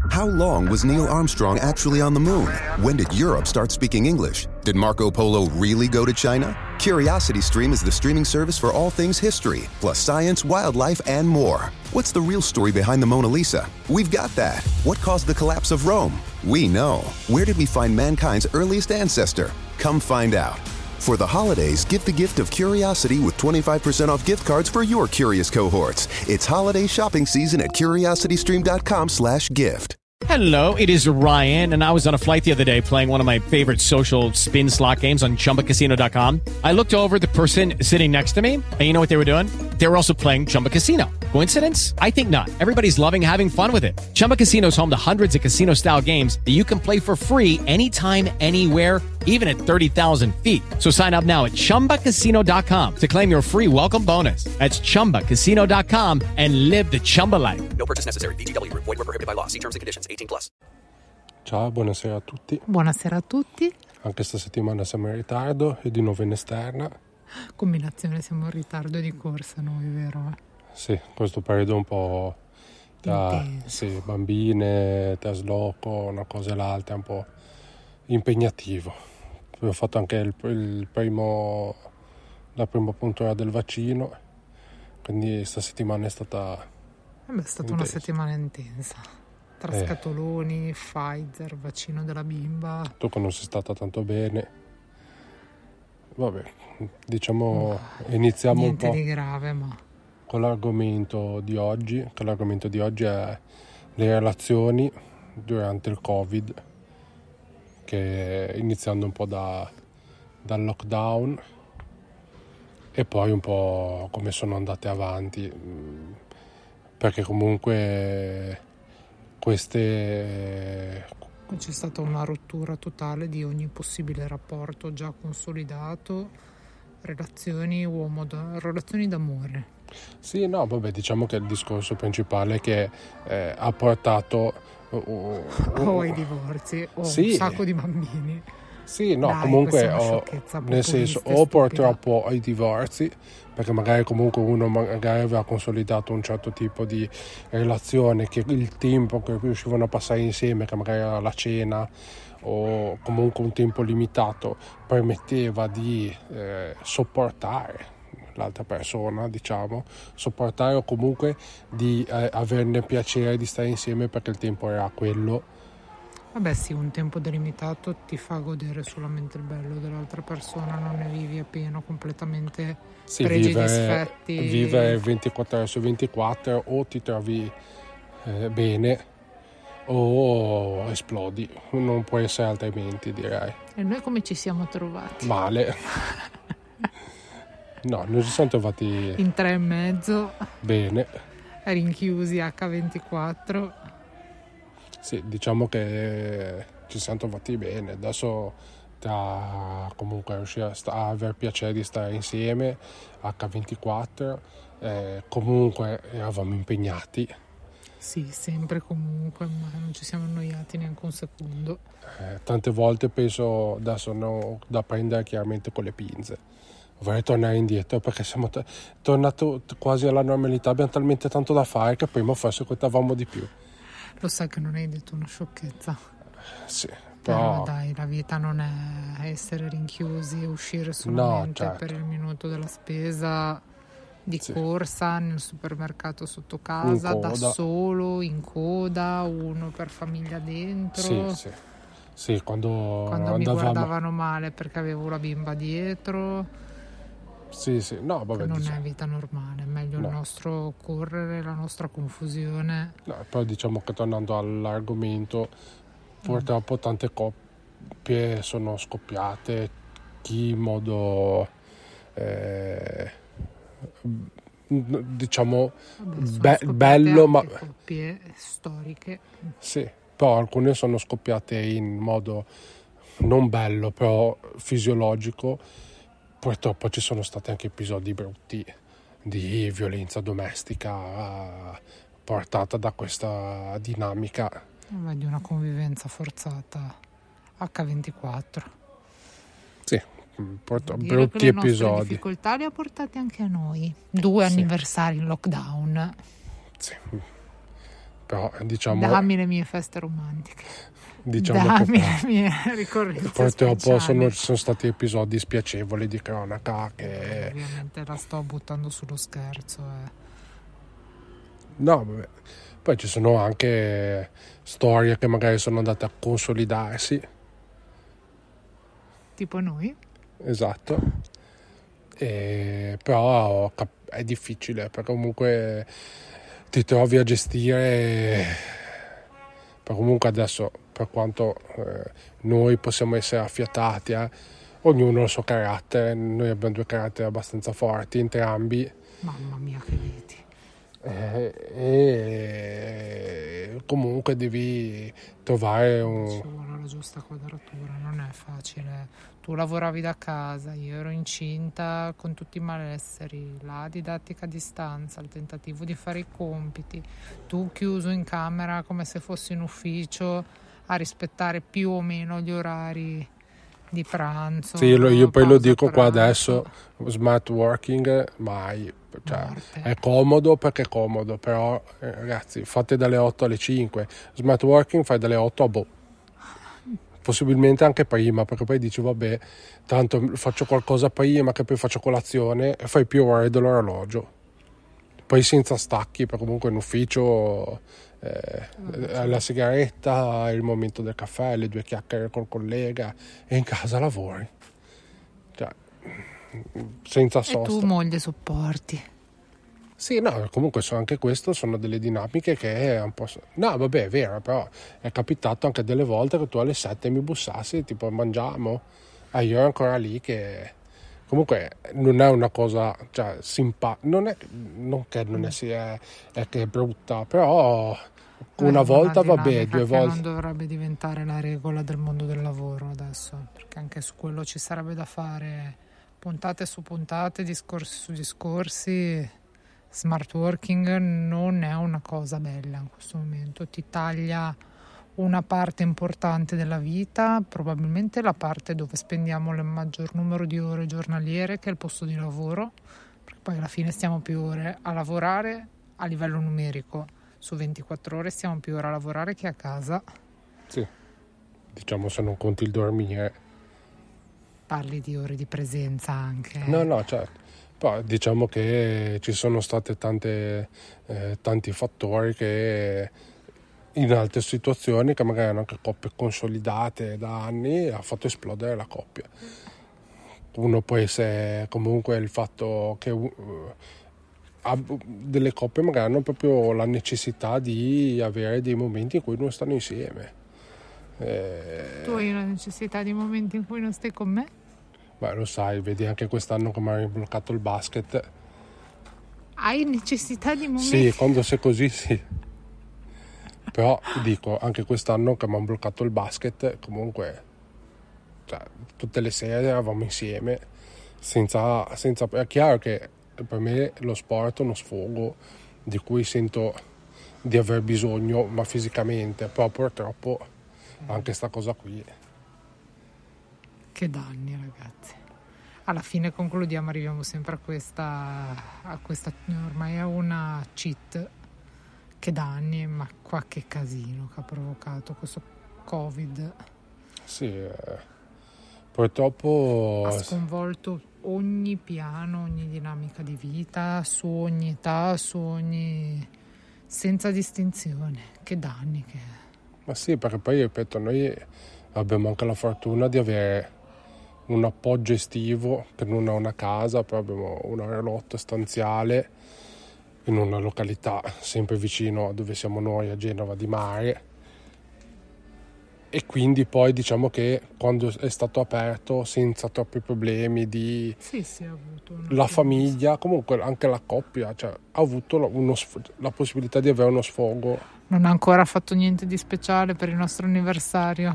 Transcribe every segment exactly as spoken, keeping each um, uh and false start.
How long was Neil Armstrong actually on the moon? When did Europe start speaking English? Did Marco Polo really go to China? CuriosityStream is the streaming service for all things history, plus science, wildlife, and more. What's the real story behind the Mona Lisa? We've got that. What caused the collapse of Rome? We know. Where did we find mankind's earliest ancestor? Come find out. For the holidays, give the gift of curiosity with twenty-five percent off gift cards for your curious cohorts. It's holiday shopping season at curiositystream.com slash gift. Hello, it is Ryan, and I was on a flight the other day playing one of my favorite social spin slot games on chumba casino dot com. I looked over at the person sitting next to me, and you know what they were doing? They were also playing Chumba Casino. Coincidence? I think not. Everybody's loving having fun with it. Chumba Casino is home to hundreds of casino-style games that you can play for free anytime, anywhere, even at thirty thousand feet. So sign up now at chumba casino dot com to claim your free welcome bonus. That's chumba casino dot com and live the Chumba life. No purchase necessary. V G W. Void where prohibited by law. See terms and conditions. eighteen plus. Ciao, buonasera a tutti. Buonasera a tutti. Anche questa settimana siamo in ritardo e di nuovo in esterna. Combinazione, siamo in ritardo di corsa noi, vero? Sì, questo periodo un po' tra sì, bambine, trasloco, una cosa e l'altra, è un po' impegnativo. Ho fatto anche il, il primo, la prima puntura del vaccino, quindi sta settimana è stata Eh beh, è stata intensa. Una settimana intensa. Tra eh. scatoloni, Pfizer, vaccino della bimba. Tu che non sei stata tanto bene. Vabbè, diciamo, no, iniziamo un po'. Niente di grave, ma... con l'argomento di oggi, che l'argomento di oggi è le relazioni durante il Covid, che iniziando un po' da, dal lockdown e poi un po' come sono andate avanti, perché comunque queste... C'è stata una rottura totale di ogni possibile rapporto già consolidato, relazioni uomo da, relazioni d'amore. Sì, no, vabbè, diciamo che il discorso principale è che eh, ha portato uh, uh, uh, o ai divorzi o sì, un sacco di bambini. Sì, no, Dai, comunque o, nel senso o purtroppo ai divorzi, perché magari comunque uno magari aveva consolidato un certo tipo di relazione, che il tempo che riuscivano a passare insieme, che magari era la cena o comunque un tempo limitato, permetteva di eh, sopportare l'altra persona, diciamo, sopportare o comunque di eh, averne piacere di stare insieme perché il tempo era quello. Vabbè sì, un tempo delimitato ti fa godere solamente il bello dell'altra persona, non ne vivi appieno completamente sì, pregi vivere, difetti. Vivere ventiquattro ore su ventiquattro o ti trovi eh, bene o esplodi, non può essere altrimenti, direi. E noi come ci siamo trovati? Male. No, noi ci siamo trovati in tre e mezzo, bene, rinchiusi acca ventiquattro. Sì, diciamo che ci siamo trovati bene. Adesso tra comunque riuscire a aver piacere di stare insieme acca ventiquattro, eh, comunque eravamo impegnati. Sì, sempre comunque, ma non ci siamo annoiati neanche un secondo. Eh, tante volte penso adesso no, da prendere chiaramente con le pinze. Vorrei tornare indietro perché siamo t- tornati quasi alla normalità, abbiamo talmente tanto da fare che prima forse contavamo di più. Lo sai che non hai detto una sciocchezza. Sì, però... però no. dai, la vita non è essere rinchiusi e uscire solamente no, certo. per il minuto della spesa di sì. corsa nel supermercato sotto casa, da solo, in coda, uno per famiglia dentro. Sì, sì. Sì, quando, quando mi andavamo... guardavano male perché avevo la bimba dietro. Sì, sì, no, vabbè, non diciamo... è vita normale, è meglio no. il nostro correre, la nostra confusione. No, però diciamo che tornando all'argomento, purtroppo mm. tante coppie sono scoppiate, chi in modo eh, diciamo Vabbè, be- bello, ma coppie storiche. Sì, però alcune sono scoppiate in modo non bello, però fisiologico. Purtroppo ci sono stati anche episodi brutti di violenza domestica portata da questa dinamica. Vabbè, di una convivenza forzata acca ventiquattro. Sì, purtroppo Dire brutti che le episodi. Le difficoltà le ha portate anche a noi. Due sì. anniversari in lockdown. Sì. però diciamo dammi le mie feste romantiche, diciamo dammi che le mie ricorrenze purtroppo speciali. sono, sono stati episodi spiacevoli di cronaca che Ovviamente la sto buttando sullo scherzo, eh. no, vabbè. Poi ci sono anche storie che magari sono andate a consolidarsi, Tipo noi. esatto, e, però cap- è difficile perché comunque ti trovi a gestire, però comunque adesso per quanto eh, noi possiamo essere affiatati, eh, ognuno ha il suo carattere, noi abbiamo due caratteri abbastanza forti entrambi. Mamma mia che vedi. Eh, e comunque devi trovare un Ci vuole la giusta quadratura, non è facile. Tu lavoravi da casa, io ero incinta con tutti i malesseri, la didattica a distanza, il tentativo di fare i compiti, tu chiuso in camera come se fossi in ufficio a rispettare più o meno gli orari di pranzo. sì, lo- io poi lo pausa dico qua pranzo. adesso, smart working mai, cioè, Morte. è comodo perché è comodo, però eh, ragazzi fate dalle otto alle cinque, smart working fai dalle otto a boh, possibilmente anche prima, perché poi dici vabbè tanto faccio qualcosa prima che poi faccio colazione e fai più ore dell'orologio, poi senza stacchi perché comunque in ufficio eh, la sigaretta, il momento del caffè, le due chiacchiere col collega e in casa lavori, cioè senza E tu sosta. moglie sopporti. Sì, no, comunque so, anche questo sono delle dinamiche che è un po'... No, vabbè, è vero, però è capitato anche delle volte che tu alle sette mi bussassi, tipo mangiamo, e io ero ancora lì che... Comunque non è una cosa, cioè, simpatica, non è non che non è, sì, è, è che è brutta, però una È volta va bene, dinamica due che volte... non dovrebbe diventare la regola del mondo del lavoro adesso, perché anche su quello ci sarebbe da fare puntate su puntate, discorsi su discorsi. Smart working non è una cosa bella in questo momento, ti taglia una parte importante della vita, probabilmente la parte dove spendiamo il maggior numero di ore giornaliere, che è il posto di lavoro, perché poi alla fine stiamo più ore a lavorare a livello numerico, su ventiquattro ore stiamo più ore a lavorare che a casa. Sì, diciamo se non conti il dormire. Parli di ore di presenza anche. No, no, certo. Poi diciamo che ci sono state tante, eh, tanti fattori che in altre situazioni, che magari hanno anche coppie consolidate da anni, ha fatto esplodere la coppia. Uno può essere comunque il fatto che uh, delle coppie magari hanno proprio la necessità di avere dei momenti in cui non stanno insieme. Eh, Tu hai una necessità di momenti in cui non stai con me? Beh, lo sai, vedi anche quest'anno come hai bloccato il basket. Hai necessità di momenti? Sì, quando sei così sì. Però ti dico, anche quest'anno che mi hanno bloccato il basket, comunque, cioè, tutte le sere eravamo insieme, senza, senza... È chiaro che per me lo sport è uno sfogo di cui sento di aver bisogno, ma fisicamente, però purtroppo anche sta cosa qui. Che danni, ragazzi. Alla fine concludiamo, arriviamo sempre a questa, a questa ormai è una cheat. Che danni, ma qua che casino che ha provocato questo Covid. Sì, eh, purtroppo... Ha sconvolto ogni piano, ogni dinamica di vita, su ogni età, su ogni... senza distinzione. Che danni che è. Ma sì, perché poi, ripeto, noi abbiamo anche la fortuna di avere un appoggio estivo, che non è una casa, però abbiamo un orolotto stanziale in una località sempre vicino a dove siamo noi, a Genova di Mare, e quindi poi diciamo che quando è stato aperto senza troppi problemi di Sì, sì, ha avuto una la famiglia, comunque anche la coppia, cioè, ha avuto uno, la possibilità di avere uno sfogo. Non ha ancora fatto niente di speciale per il nostro anniversario.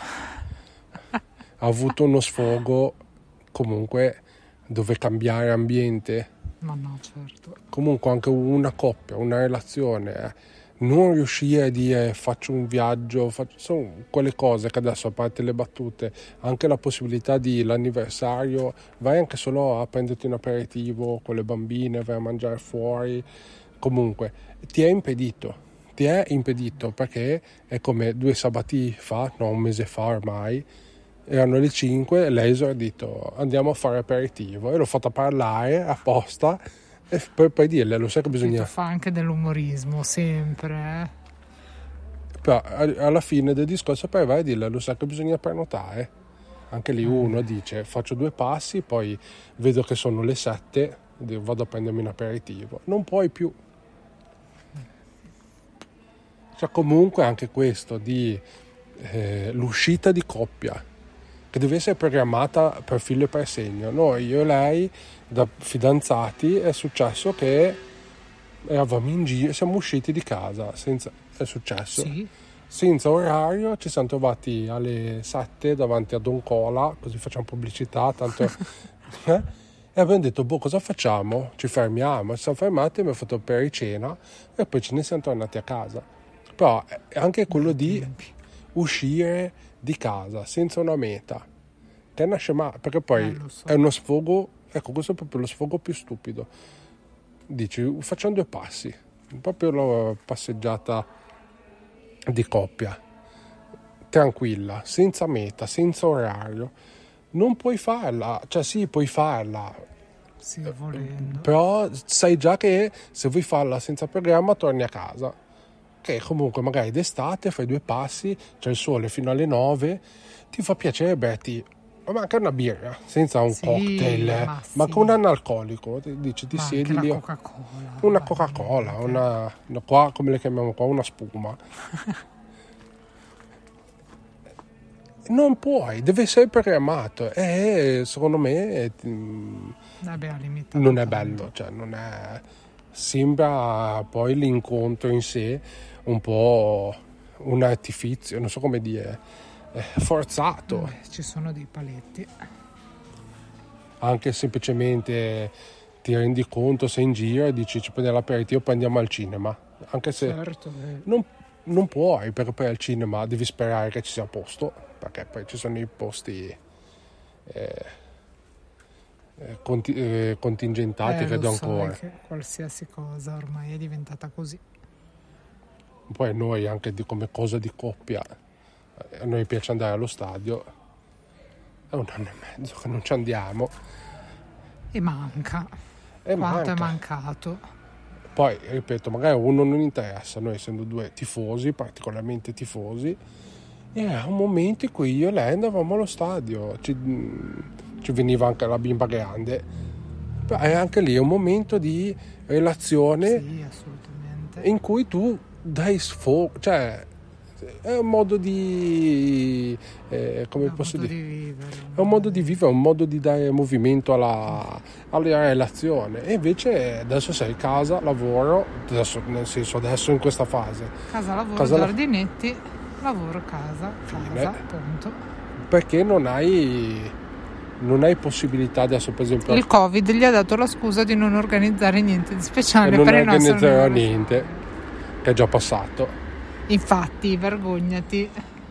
Ha avuto uno sfogo comunque dove cambiare ambiente, Ma no, certo. comunque anche una coppia, una relazione, eh. Non riuscire a dire faccio un viaggio, faccio... sono quelle cose che adesso, a parte le battute, anche la possibilità di l'anniversario, vai anche solo a prenderti un aperitivo con le bambine, vai a mangiare fuori, comunque ti è impedito, ti è impedito, perché è come due sabati fa, no, un mese fa ormai, erano le cinque e lei ha esordito, andiamo a fare aperitivo, e l'ho fatta parlare apposta e poi, poi dirle, lo sai che bisogna... Fa anche dell'umorismo sempre, eh? Però alla fine del discorso poi vai a dirle, lo sai che bisogna prenotare. Anche lì uno dice, faccio due passi, poi vedo che sono le sette, vado a prendermi un aperitivo. Non puoi più. Cioè comunque anche questo di eh, l'uscita di coppia, che deve essere programmata per filo e per segno. Noi, io e lei, da fidanzati, è successo che eravamo in giro, siamo usciti di casa, senza, è successo, Sì. senza orario, ci siamo trovati alle sette davanti a Don Cola, così facciamo pubblicità, tanto... eh? E abbiamo detto, boh, cosa facciamo? Ci fermiamo, ci siamo fermati, abbiamo fatto per cena e poi ce ne siamo tornati a casa. Però è anche quello di uscire di casa senza una meta, che è una scema, perché poi eh, so. è uno sfogo, ecco, questo è proprio lo sfogo più stupido. Dici, facciamo due passi, proprio la passeggiata di coppia, tranquilla, senza meta, senza orario. Non puoi farla, cioè sì, puoi farla, Sì, volendo. però sai già che se vuoi farla senza programma torni a casa, che comunque magari d'estate fai due passi, c'è il sole fino alle nove, ti fa piacere berti ma anche una birra, senza un Sì, cocktail, ma ma sì. con un analcolico, ti dici, ti Ma siedi anche lì, la Coca-Cola. una va Coca-Cola, bene, una, una qua, come le chiamiamo qua, una spuma. Non puoi, deve essere programmato e secondo me mh, Vabbè, limitato non è tanto. bello, cioè non è, sembra poi l'incontro in sé un po' un artifizio, non so come dire, eh, forzato, Vabbè, ci sono dei paletti. anche semplicemente ti rendi conto, sei in giro e dici ci prendiamo l'aperitivo, poi andiamo al cinema, anche se Certo, eh. non, non puoi, perché poi al cinema devi sperare che ci sia posto, perché poi ci sono i posti eh, eh, conti- eh, contingentati, Eh, credo lo sai ancora. che qualsiasi cosa ormai è diventata così. Poi a noi anche di, come cosa di coppia, eh, a noi piace andare allo stadio, è un anno e mezzo che non ci andiamo E manca. e Quanto è manca. mancato? Poi ripeto, magari a uno non interessa, noi essendo due tifosi, particolarmente tifosi, era un momento in cui io e lei andavamo allo stadio, ci, ci veniva anche la bimba grande, però è anche lì un momento di relazione Sì, assolutamente. in cui tu dai sfogo, cioè è un modo di eh, come È un posso modo dire di vivere. è un modo di vivere, un modo di dare movimento alla, alla relazione, e invece adesso sei a casa, lavoro, adesso, nel senso adesso in questa fase, Casa, lavoro, Casa, la- giardinetti, lavoro, casa, Fine. casa, punto. perché non hai non hai possibilità adesso, per esempio, Il Covid gli ha dato la scusa di non organizzare niente di e speciale non per il nostro organizzerò anniversario. niente, che è già passato. Infatti, vergognati,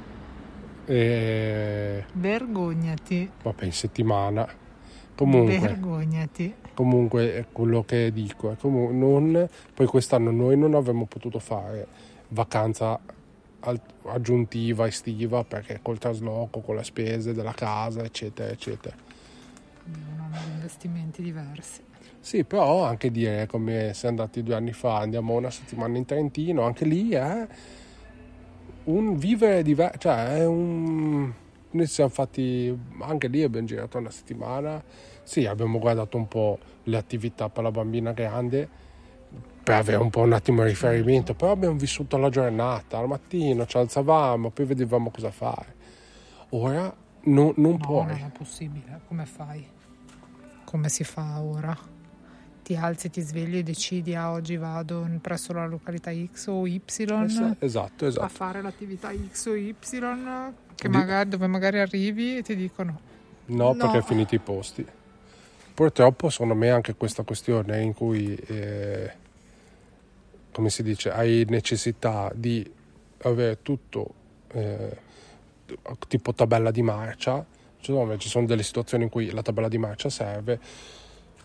E vergognati, vabbè, in settimana comunque vergognati. comunque è quello che dico è comunque non, poi quest'anno noi non avremmo potuto fare vacanza al- aggiuntiva estiva, perché col trasloco, con le spese della casa, eccetera eccetera. Non hanno investimenti diversi. Sì, però anche dire, come siamo andati due anni fa, andiamo una settimana in Trentino, anche lì è un vivere diverso, cioè è un... Noi ci siamo fatti, anche lì abbiamo girato una settimana, sì, abbiamo guardato un po' le attività per la bambina grande, per avere un po' un attimo di riferimento, però abbiamo vissuto la giornata, al mattino ci alzavamo, poi vedevamo cosa fare. Ora no, non No, puoi. non è possibile. Come fai? Come si fa ora? Ti alzi, ti svegli e decidi, ah, oggi vado presso la località X o Y Esatto, a esatto. fare l'attività X o Y che Di- magari, dove magari arrivi e ti dicono No, No. perché è finiti i posti. Purtroppo, secondo me, anche questa questione in cui, eh, come si dice, hai necessità di avere tutto eh, tipo tabella di marcia, cioè, no, ci sono delle situazioni in cui la tabella di marcia serve,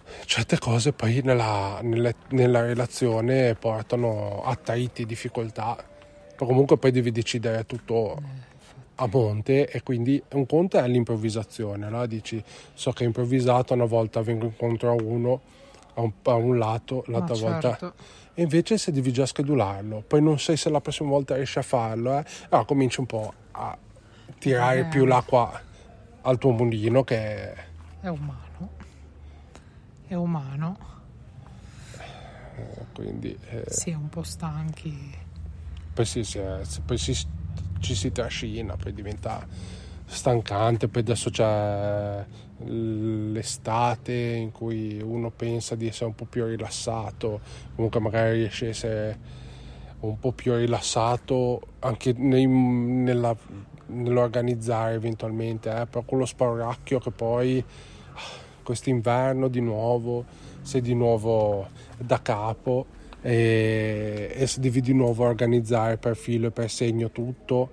certe cose poi nella, nella, nella relazione portano attriti, difficoltà, ma comunque poi devi decidere tutto a monte, e quindi un conto è l'improvvisazione, no? Dici, so che è improvvisato, una volta vengo incontro a uno a un, a un lato, l'altra Ma volta certo. e invece se devi già schedularlo, poi non sai se la prossima volta riesci a farlo, eh? Allora cominci un po' a tirare Eh. più l'acqua al tuo mulino, che è È umano. È umano. eh, quindi eh, Si è un po' stanchi. poi, si, si, poi si, ci si trascina, poi diventa stancante. Poi adesso c'è l'estate in cui uno pensa di essere un po' più rilassato, comunque magari riesce a essere un po' più rilassato anche nei, nella, nell'organizzare eventualmente, eh, però con lo spauracchio che poi quest'inverno di nuovo sei di nuovo da capo e, e se devi di nuovo organizzare per filo e per segno tutto,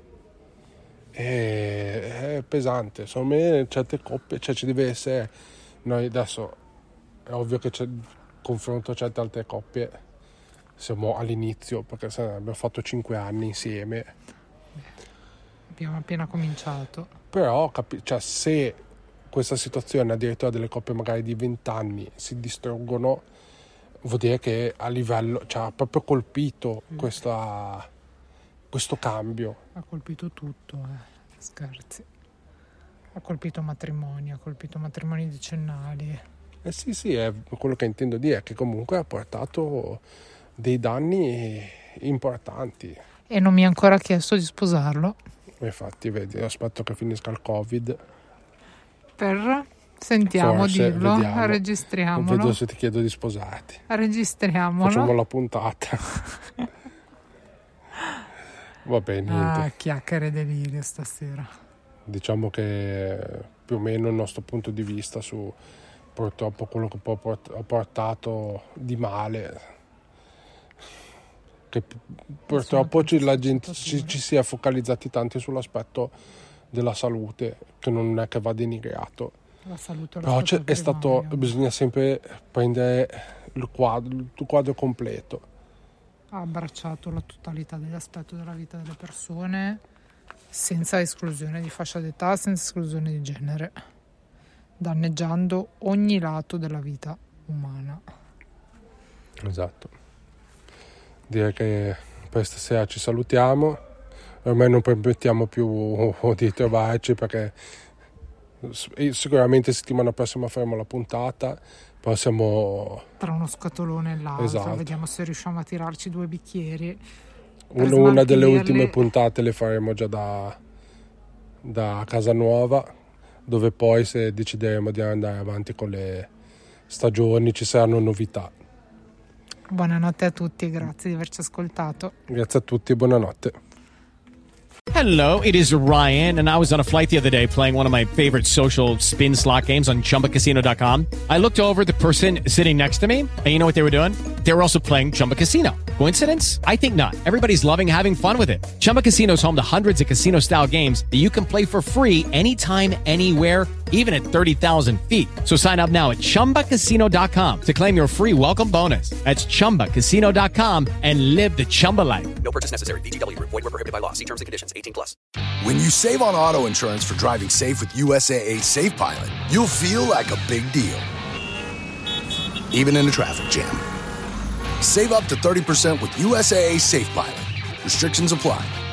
è, è pesante. Secondo me certe coppie, cioè ci deve essere, noi adesso è ovvio che c'è confronto a certe altre coppie, siamo all'inizio perché abbiamo fatto cinque anni insieme, Abbiamo appena cominciato. però capi- cioè, se questa situazione addirittura delle coppie magari di venti anni si distruggono, vuol dire che a livello, cioè ha proprio colpito Mm. questa, questo cambio. Ha colpito tutto, eh. Scherzi. Ha colpito matrimoni, ha colpito matrimoni decennali. Eh sì, sì, è quello che intendo dire, che comunque ha portato dei danni importanti. E non mi ha ancora chiesto di sposarlo. Infatti, vedi, aspetto che finisca il Covid. Per... Sentiamo, Forse, dillo, vediamo. registriamolo. Vedo se ti chiedo di sposarti. Registriamolo. Facciamo la puntata. Va bene, niente. Ah, chiacchiere e delirio stasera. Diciamo che più o meno il nostro punto di vista su purtroppo quello che poi ha portato di male, che purtroppo ci, la gente, ci, ci si è focalizzati tanti sull'aspetto della salute, che non è che va denigrato, La salute però c'è, è stato, bisogna sempre prendere il quadro, il quadro completo. Ha abbracciato la totalità dell'aspetto della vita delle persone, senza esclusione di fascia d'età, senza esclusione di genere, danneggiando ogni lato della vita umana. Esatto. Direi che per stasera ci salutiamo, ormai non permettiamo più di trovarci perché sicuramente settimana prossima faremo la puntata, poi siamo Tra uno scatolone e l'altro, Esatto. vediamo se riusciamo a tirarci due bicchieri. per una, una delle smaltirli. ultime puntate le faremo già da, da casa nuova, dove poi se decideremo di andare avanti con le stagioni ci saranno novità. Buonanotte a tutti e grazie di averci ascoltato. Grazie a tutti e buonanotte. Hello, it is Ryan, and I was on a flight the other day playing one of my favorite social spin slot games on chumba casino dot com. I looked over at the person sitting next to me, and you know what they were doing? They were also playing Chumba Casino. Coincidence? I think not. Everybody's loving having fun with it. Chumba Casino is home to hundreds of casino-style games that you can play for free anytime, anywhere, even at thirty thousand feet. So sign up now at chumba casino dot com to claim your free welcome bonus. That's chumba casino dot com and live the Chumba life. No purchase necessary. V G W. Void were prohibited by law. See terms and conditions. eighteen plus. When you save on auto insurance for driving safe with U S A A Safe Pilot, you'll feel like a big deal, even in a traffic jam. Save up to thirty percent with U S A A Safe Pilot. Restrictions apply.